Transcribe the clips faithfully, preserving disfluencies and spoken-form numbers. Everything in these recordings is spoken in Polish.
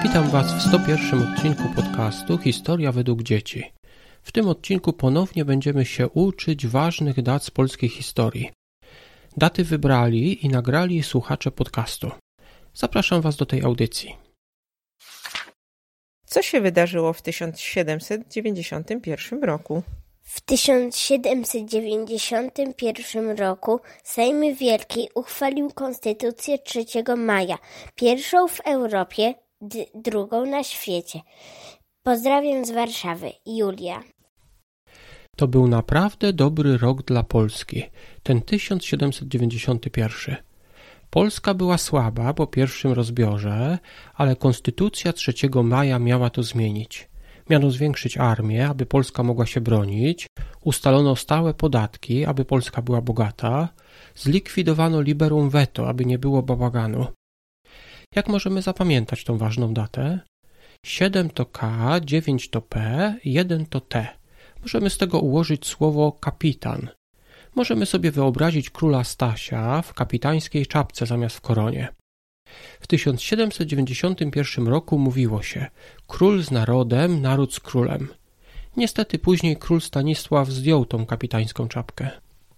Witam Was w sto pierwszym odcinku podcastu Historia według dzieci. W tym odcinku ponownie będziemy się uczyć ważnych dat z polskiej historii. Daty wybrali i nagrali słuchacze podcastu. Zapraszam Was do tej audycji. Co się wydarzyło w tysiąc siedemset dziewięćdziesiątym pierwszym roku? W tysiąc siedemset dziewięćdziesiątym pierwszym roku Sejm Wielki uchwalił Konstytucję trzeciego maja, pierwszą w Europie, d- drugą na świecie. Pozdrawiam z Warszawy, Julia. To był naprawdę dobry rok dla Polski, ten tysiąc siedemset dziewięćdziesiąty pierwszy. Polska była słaba po pierwszym rozbiorze, ale Konstytucja trzeciego maja miała to zmienić. Miano zwiększyć armię, aby Polska mogła się bronić, ustalono stałe podatki, aby Polska była bogata, zlikwidowano liberum veto, aby nie było bałaganu. Jak możemy zapamiętać tą ważną datę? siedem to K, dziewięć to P, jeden to T. Możemy z tego ułożyć słowo kapitan. Możemy sobie wyobrazić króla Stasia w kapitańskiej czapce zamiast w koronie. W tysiąc siedemset dziewięćdziesiątym pierwszym roku mówiło się: król z narodem, naród z królem. Niestety później król Stanisław zdjął tą kapitańską czapkę.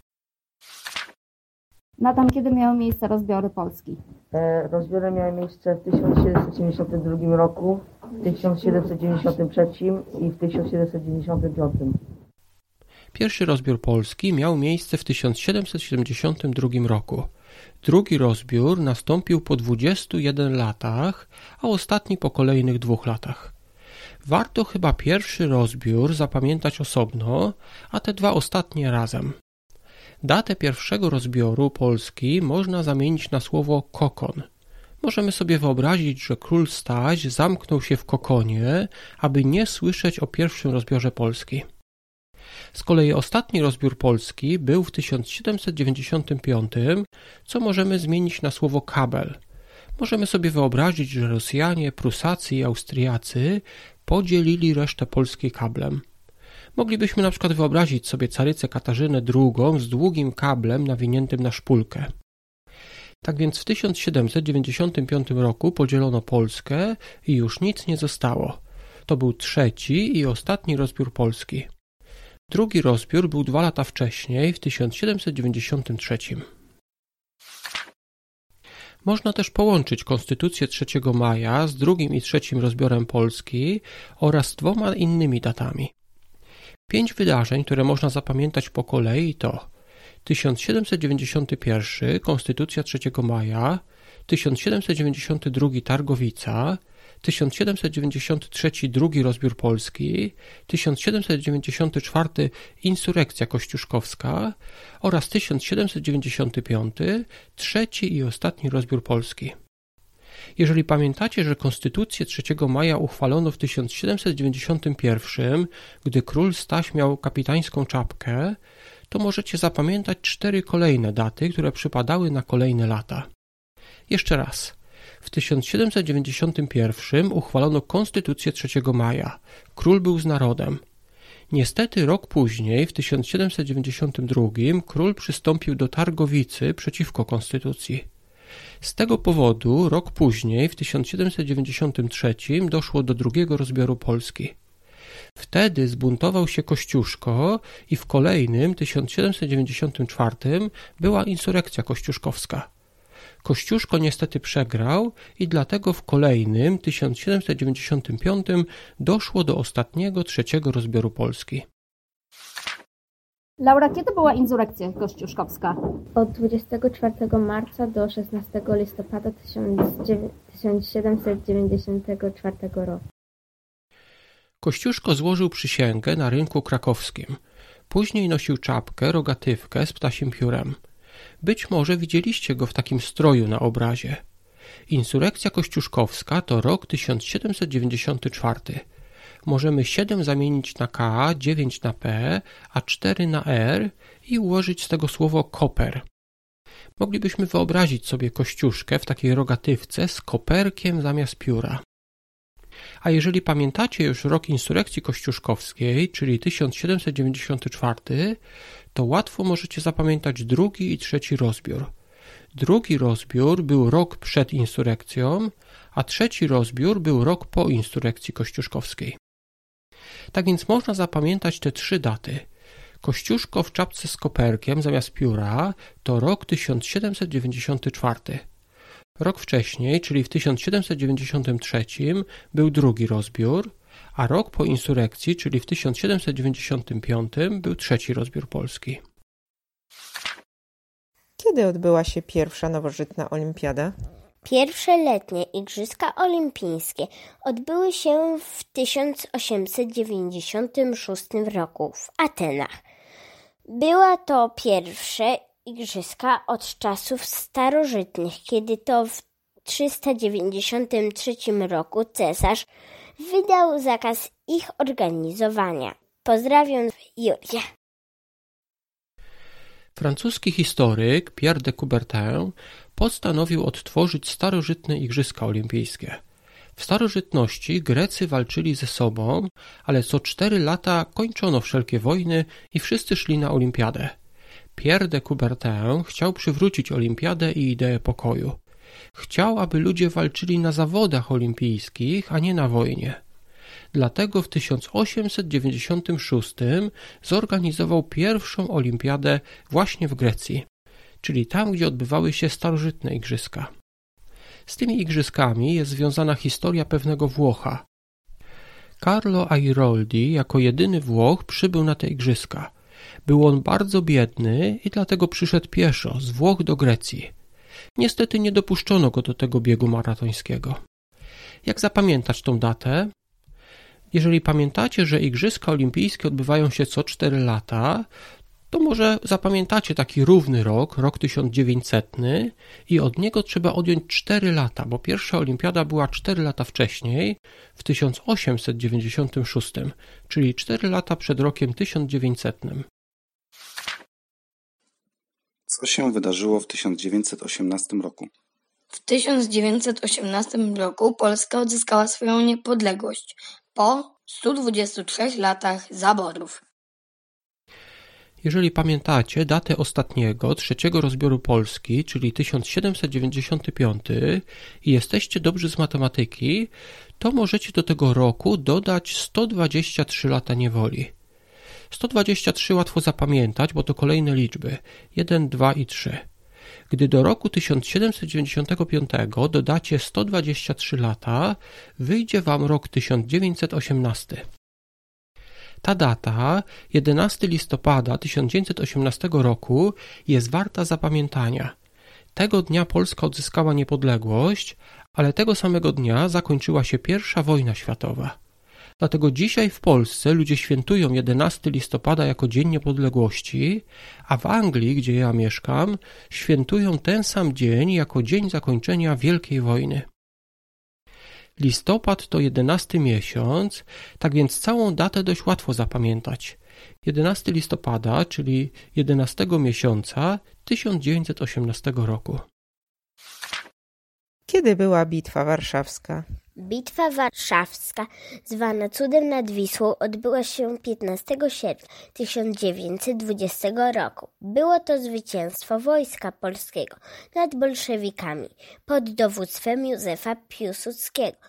Natan, kiedy miały miejsce rozbiory Polski? E, rozbiory miały miejsce w tysiąc siedemset dziewięćdziesiątym drugim roku, w tysiąc siedemset dziewięćdziesiątym trzecim i w tysiąc siedemset dziewięćdziesiątym piątym. Pierwszy rozbiór Polski miał miejsce w tysiąc siedemset siedemdziesiątym drugim roku. Drugi rozbiór nastąpił po dwudziestu jeden latach, a ostatni po kolejnych dwóch latach. Warto chyba pierwszy rozbiór zapamiętać osobno, a te dwa ostatnie razem. Datę pierwszego rozbioru Polski można zamienić na słowo kokon. Możemy sobie wyobrazić, że król Staś zamknął się w kokonie, aby nie słyszeć o pierwszym rozbiorze Polski. Z kolei ostatni rozbiór Polski był w tysiąc siedemset dziewięćdziesiątym piątym, co możemy zmienić na słowo kabel. Możemy sobie wyobrazić, że Rosjanie, Prusacy i Austriacy podzielili resztę Polski kablem. Moglibyśmy na przykład wyobrazić sobie carycę Katarzynę drugą z długim kablem nawiniętym na szpulkę. Tak więc w tysiąc siedemset dziewięćdziesiątym piątym roku podzielono Polskę i już nic nie zostało. To był trzeci i ostatni rozbiór Polski. Drugi rozbiór był dwa lata wcześniej, w tysiąc siedemset dziewięćdziesiątym trzecim. Można też połączyć Konstytucję trzeciego maja z drugim i trzecim rozbiorem Polski oraz dwoma innymi datami. Pięć wydarzeń, które można zapamiętać po kolei to tysiąc siedemset dziewięćdziesiąty pierwszy Konstytucja trzeciego maja, tysiąc siedemset dziewięćdziesiąty drugi Targowica, tysiąc siedemset dziewięćdziesiąty trzeci drugi rozbiór Polski, tysiąc siedemset dziewięćdziesiąty czwarty insurekcja kościuszkowska oraz tysiąc siedemset dziewięćdziesiąty piąty trzeci i ostatni rozbiór Polski. Jeżeli pamiętacie, że Konstytucję trzeciego maja uchwalono w tysiąc siedemset dziewięćdziesiątym pierwszym, gdy król Staś miał kapitańską czapkę, to możecie zapamiętać cztery kolejne daty, które przypadały na kolejne lata. Jeszcze raz. W tysiąc siedemset dziewięćdziesiątym pierwszym uchwalono Konstytucję trzeciego maja. Król był z narodem. Niestety rok później, w tysiąc siedemset dziewięćdziesiątym drugim, król przystąpił do Targowicy przeciwko konstytucji. Z tego powodu rok później, w tysiąc siedemset dziewięćdziesiątym trzecim, doszło do drugiego rozbioru Polski. Wtedy zbuntował się Kościuszko i w kolejnym, tysiąc siedemset dziewięćdziesiątym czwartym, była insurekcja kościuszkowska. Kościuszko niestety przegrał i dlatego w kolejnym, tysiąc siedemset dziewięćdziesiątym piątym, doszło do ostatniego, trzeciego rozbioru Polski. Laura, kiedy była insurekcja kościuszkowska? Od dwudziestego czwartego marca do szesnastego listopada tysiąc siedemset dziewięćdziesiątego czwartego roku. Kościuszko złożył przysięgę na rynku krakowskim. Później nosił czapkę, rogatywkę z ptasim piórem. Być może widzieliście go w takim stroju na obrazie. Insurekcja kościuszkowska to rok tysiąc siedemset dziewięćdziesiąty czwarty. Możemy siedem zamienić na K, dziewięć na P, a cztery na R i ułożyć z tego słowo koper. Moglibyśmy wyobrazić sobie Kościuszkę w takiej rogatywce z koperkiem zamiast pióra. A jeżeli pamiętacie już rok insurekcji kościuszkowskiej, czyli tysiąc siedemset dziewięćdziesiąty czwarty, to łatwo możecie zapamiętać drugi i trzeci rozbiór. Drugi rozbiór był rok przed insurekcją, a trzeci rozbiór był rok po insurekcji kościuszkowskiej. Tak więc można zapamiętać te trzy daty. Kościuszko w czapce z koperkiem zamiast pióra to rok tysiąc siedemset dziewięćdziesiąty czwarty. Rok wcześniej, czyli w tysiąc siedemset dziewięćdziesiątym trzecim, był drugi rozbiór, a rok po insurekcji, czyli w tysiąc siedemset dziewięćdziesiątym piątym, był trzeci rozbiór Polski. Kiedy odbyła się pierwsza nowożytna olimpiada? Pierwsze letnie Igrzyska Olimpijskie odbyły się w tysiąc osiemset dziewięćdziesiątym szóstym roku w Atenach. Była to pierwsze igrzyska od czasów starożytnych, kiedy to w trzysta dziewięćdziesiątym trzecim roku cesarz wydał zakaz ich organizowania. Pozdrawiam, Julia. Francuski historyk Pierre de Coubertin postanowił odtworzyć starożytne Igrzyska Olimpijskie. W starożytności Grecy walczyli ze sobą, ale co cztery lata kończono wszelkie wojny i wszyscy szli na olimpiadę. Pierre de Coubertin chciał przywrócić olimpiadę i ideę pokoju. Chciał, aby ludzie walczyli na zawodach olimpijskich, a nie na wojnie. Dlatego w tysiąc osiemset dziewięćdziesiątym szóstym zorganizował pierwszą olimpiadę właśnie w Grecji, czyli tam, gdzie odbywały się starożytne igrzyska. Z tymi igrzyskami jest związana historia pewnego Włocha. Carlo Airoldi jako jedyny Włoch przybył na te igrzyska. Był on bardzo biedny i dlatego przyszedł pieszo z Włoch do Grecji. Niestety nie dopuszczono go do tego biegu maratońskiego. Jak zapamiętać tą datę? Jeżeli pamiętacie, że Igrzyska Olimpijskie odbywają się co cztery lata, to może zapamiętacie taki równy rok, rok tysiąc dziewięćsetny i od niego trzeba odjąć cztery lata, bo pierwsza olimpiada była cztery lata wcześniej, w tysiąc osiemset dziewięćdziesiątym szóstym, czyli cztery lata przed rokiem tysiąc dziewięćsetnym. Co się wydarzyło w tysiąc dziewięćset osiemnastym roku? W tysiąc dziewięćset osiemnastym roku Polska odzyskała swoją niepodległość po stu dwudziestu trzech latach zaborów. Jeżeli pamiętacie datę ostatniego, trzeciego rozbioru Polski, czyli tysiąc siedemset dziewięćdziesiąty piąty i jesteście dobrzy z matematyki, to możecie do tego roku dodać sto dwadzieścia trzy lata niewoli. sto dwadzieścia trzy łatwo zapamiętać, bo to kolejne liczby, jeden, dwa i trzy. Gdy do roku tysiąc siedemset dziewięćdziesiątego piątego dodacie sto dwadzieścia trzy lata, wyjdzie wam rok tysiąc dziewięćset osiemnasty. Ta data, jedenastego listopada tysiąc dziewięćset osiemnastego roku, jest warta zapamiętania. Tego dnia Polska odzyskała niepodległość, ale tego samego dnia zakończyła się pierwsza wojna światowa. Dlatego dzisiaj w Polsce ludzie świętują jedenastego listopada jako Dzień Niepodległości, a w Anglii, gdzie ja mieszkam, świętują ten sam dzień jako dzień zakończenia Wielkiej Wojny. Listopad to jedenasty miesiąc, tak więc całą datę dość łatwo zapamiętać. jedenastego listopada, czyli jedenastego miesiąca tysiąc dziewięćset osiemnastego roku. Kiedy była Bitwa Warszawska? Bitwa Warszawska, zwana Cudem nad Wisłą, odbyła się piętnastego sierpnia tysiąc dziewięćset dwudziestego roku. Było to zwycięstwo Wojska Polskiego nad bolszewikami pod dowództwem Józefa Piłsudskiego.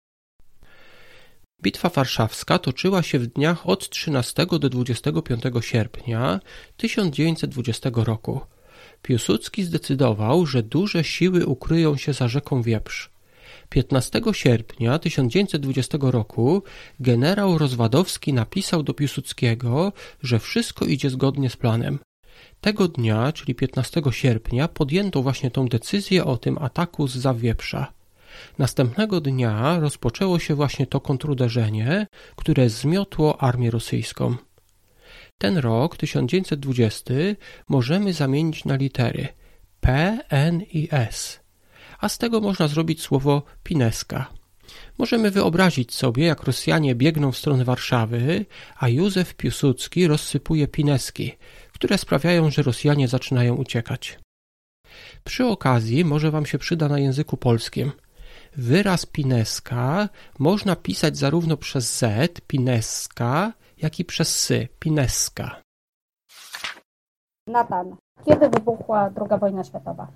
Bitwa Warszawska toczyła się w dniach od trzynastego do dwudziestego piątego sierpnia tysiąc dziewięćset dwudziestego roku. Piłsudski zdecydował, że duże siły ukryją się za rzeką Wieprz. piętnastego sierpnia tysiąc dziewięćset dwudziestego roku generał Rozwadowski napisał do Piłsudskiego, że wszystko idzie zgodnie z planem. Tego dnia, czyli piętnastego sierpnia, podjęto właśnie tą decyzję o tym ataku zza Wieprza. Następnego dnia rozpoczęło się właśnie to kontruderzenie, które zmiotło armię rosyjską. Ten rok, tysiąc dziewięćset dwudziesty, możemy zamienić na litery P, N i S, a z tego można zrobić słowo Pineska. Możemy wyobrazić sobie, jak Rosjanie biegną w stronę Warszawy, a Józef Piłsudski rozsypuje pineski, które sprawiają, że Rosjanie zaczynają uciekać. Przy okazji może wam się przyda na języku polskim. Wyraz pineska można pisać zarówno przez Z, pineska, jak i przez sy, pineska. Natan, kiedy wybuchła druga wojna światowa?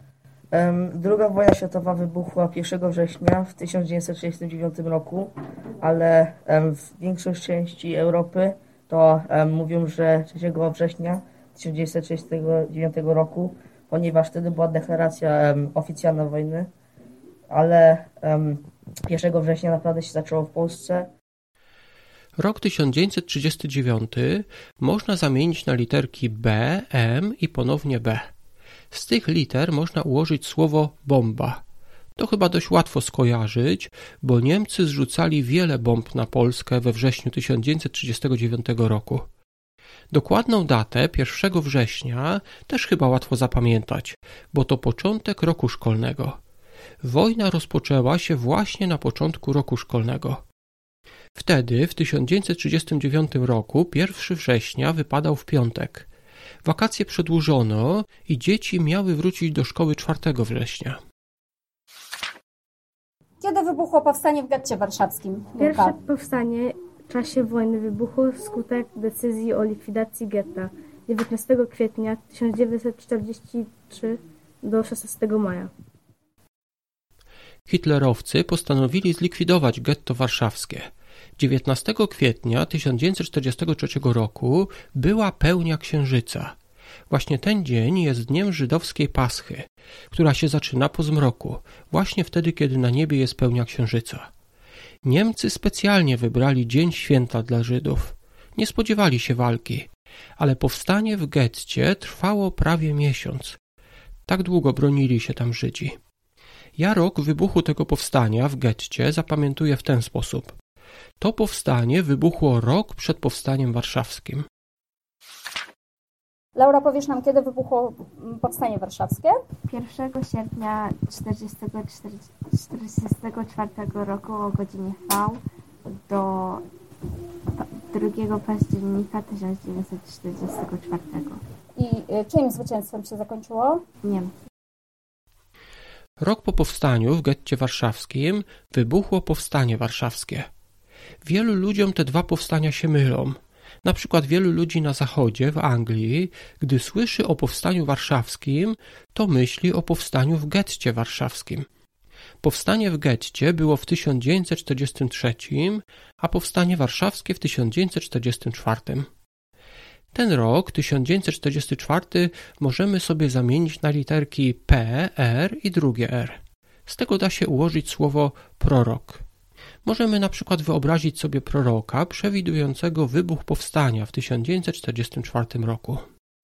Druga wojna światowa wybuchła pierwszego września w tysiąc dziewięćset trzydziestym dziewiątym roku, ale w większość części Europy to mówią, że trzeciego września tysiąc dziewięćset trzydziestego dziewiątego roku, ponieważ wtedy była deklaracja oficjalna wojny, ale pierwszego września naprawdę się zaczęło w Polsce. Rok tysiąc dziewięćset trzydziesty dziewiąty można zamienić na literki B, M i ponownie B. Z tych liter można ułożyć słowo bomba. To chyba dość łatwo skojarzyć, bo Niemcy zrzucali wiele bomb na Polskę we wrześniu tysiąc dziewięćset trzydziestego dziewiątego roku. Dokładną datę pierwszego września też chyba łatwo zapamiętać, bo to początek roku szkolnego. Wojna rozpoczęła się właśnie na początku roku szkolnego. Wtedy, w tysiąc dziewięćset trzydziestym dziewiątym roku, pierwszego września wypadał w piątek. Wakacje przedłużono i dzieci miały wrócić do szkoły czwartego września. Kiedy wybuchło powstanie w getcie warszawskim? Pierwsze powstanie w czasie wojny wybuchło wskutek decyzji o likwidacji getta dziewiętnastego kwietnia tysiąc dziewięćset czterdziestego trzeciego do szesnastego maja. Hitlerowcy postanowili zlikwidować getto warszawskie. dziewiętnastego kwietnia tysiąc dziewięćset czterdziestego trzeciego roku była pełnia księżyca. Właśnie ten dzień jest dniem żydowskiej Paschy, która się zaczyna po zmroku, właśnie wtedy, kiedy na niebie jest pełnia księżyca. Niemcy specjalnie wybrali dzień święta dla Żydów. Nie spodziewali się walki, ale powstanie w getcie trwało prawie miesiąc. Tak długo bronili się tam Żydzi. Ja rok wybuchu tego powstania w getcie zapamiętuję w ten sposób. To powstanie wybuchło rok przed powstaniem warszawskim. Laura, powiesz nam, kiedy wybuchło powstanie warszawskie? pierwszego sierpnia tysiąc dziewięćset czterdziestego czwartego roku o godzinie V do drugiego października tysiąc dziewięćset czterdziestego czwartego. I czyim zwycięstwem się zakończyło? Niemcy. Rok po powstaniu w getcie warszawskim wybuchło powstanie warszawskie. Wielu ludziom te dwa powstania się mylą. Na przykład wielu ludzi na zachodzie, w Anglii, gdy słyszy o powstaniu warszawskim, to myśli o powstaniu w getcie warszawskim. Powstanie w getcie było w tysiąc dziewięćset czterdziestym trzecim, a powstanie warszawskie w tysiąc dziewięćset czterdziestym czwartym. Ten rok, tysiąc dziewięćset czterdziesty czwarty, możemy sobie zamienić na literki P, R i drugie R. Z tego da się ułożyć słowo prorok. Możemy na przykład wyobrazić sobie proroka przewidującego wybuch powstania w tysiąc dziewięćset czterdziestym czwartym roku.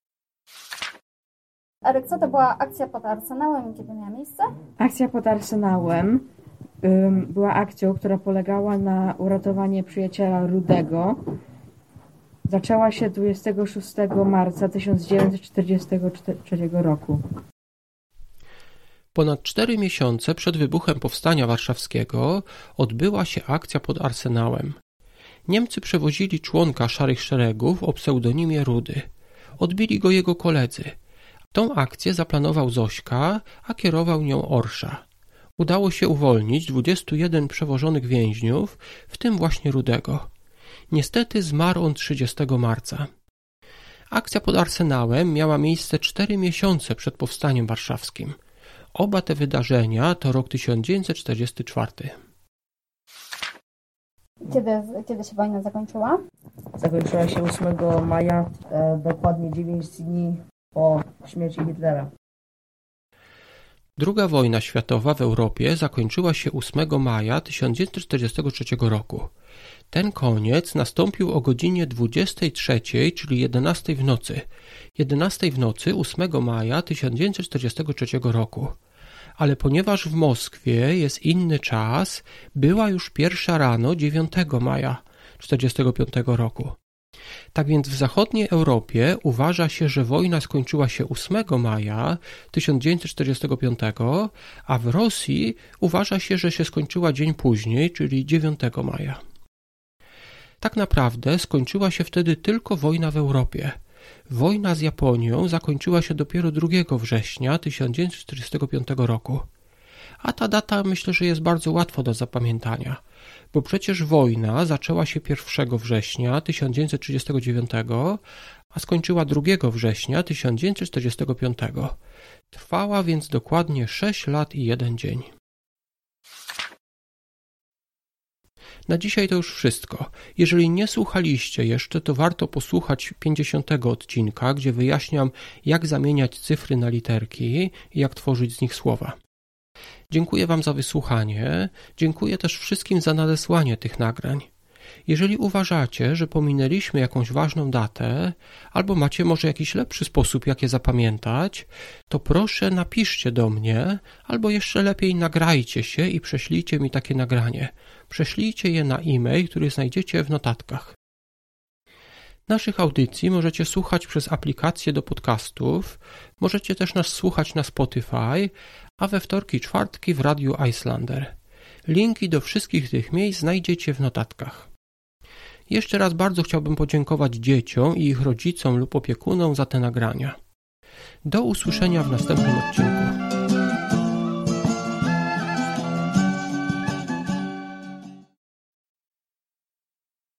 Arek, co to była akcja pod Arsenałem i kiedy miała miejsce? Akcja pod Arsenałem ym, była akcją, która polegała na uratowaniu przyjaciela Rudego. Zaczęła się dwudziestego szóstego marca tysiąc dziewięćset czterdziestego trzeciego roku. Ponad cztery miesiące przed wybuchem powstania warszawskiego odbyła się akcja pod Arsenałem. Niemcy przewozili członka Szarych Szeregów o pseudonimie Rudy. Odbili go jego koledzy. Tą akcję zaplanował Zośka, a kierował nią Orsza. Udało się uwolnić dwudziestu jeden przewożonych więźniów, w tym właśnie Rudego. Niestety zmarł on trzydziestego marca. Akcja pod Arsenałem miała miejsce cztery miesiące przed powstaniem warszawskim. Oba te wydarzenia to rok tysiąc dziewięćset czterdziesty czwarty. Kiedy, kiedy się wojna zakończyła? Zakończyła się ósmego maja, e, dokładnie dziewięć dni po śmierci Hitlera. Druga wojna światowa w Europie zakończyła się ósmego maja tysiąc dziewięćset czterdziestego trzeciego roku. Ten koniec nastąpił o godzinie dwudziestej trzeciej, czyli jedenastej w nocy. jedenastej w nocy ósmego maja tysiąc dziewięćset czterdziestego trzeciego roku. Ale ponieważ w Moskwie jest inny czas, była już pierwsza rano dziewiątego maja tysiąc dziewięćset czterdziestego piątego roku. Tak więc w zachodniej Europie uważa się, że wojna skończyła się ósmego maja tysiąc dziewięćset czterdziestego piątego, a w Rosji uważa się, że się skończyła dzień później, czyli dziewiątego maja. Tak naprawdę skończyła się wtedy tylko wojna w Europie. Wojna z Japonią zakończyła się dopiero drugiego września tysiąc dziewięćset czterdziestego piątego roku. A ta data myślę, że jest bardzo łatwo do zapamiętania, bo przecież wojna zaczęła się pierwszego września tysiąc dziewięćset trzydziestego dziewiątego, a skończyła drugiego września tysiąc dziewięćset czterdziestego piątego. Trwała więc dokładnie sześć lat i jeden dzień. Na dzisiaj to już wszystko. Jeżeli nie słuchaliście jeszcze, to warto posłuchać pięćdziesiątego odcinka, gdzie wyjaśniam, jak zamieniać cyfry na literki i jak tworzyć z nich słowa. Dziękuję Wam za wysłuchanie. Dziękuję też wszystkim za nadesłanie tych nagrań. Jeżeli uważacie, że pominęliśmy jakąś ważną datę, albo macie może jakiś lepszy sposób, jak je zapamiętać, to proszę napiszcie do mnie, albo jeszcze lepiej nagrajcie się i prześlijcie mi takie nagranie. Prześlijcie je na e-mail, który znajdziecie w notatkach. Naszych audycji możecie słuchać przez aplikację do podcastów, możecie też nas słuchać na Spotify, a we wtorki i czwartki w Radiu Icelander. Linki do wszystkich tych miejsc znajdziecie w notatkach. Jeszcze raz bardzo chciałbym podziękować dzieciom i ich rodzicom lub opiekunom za te nagrania. Do usłyszenia w następnym odcinku.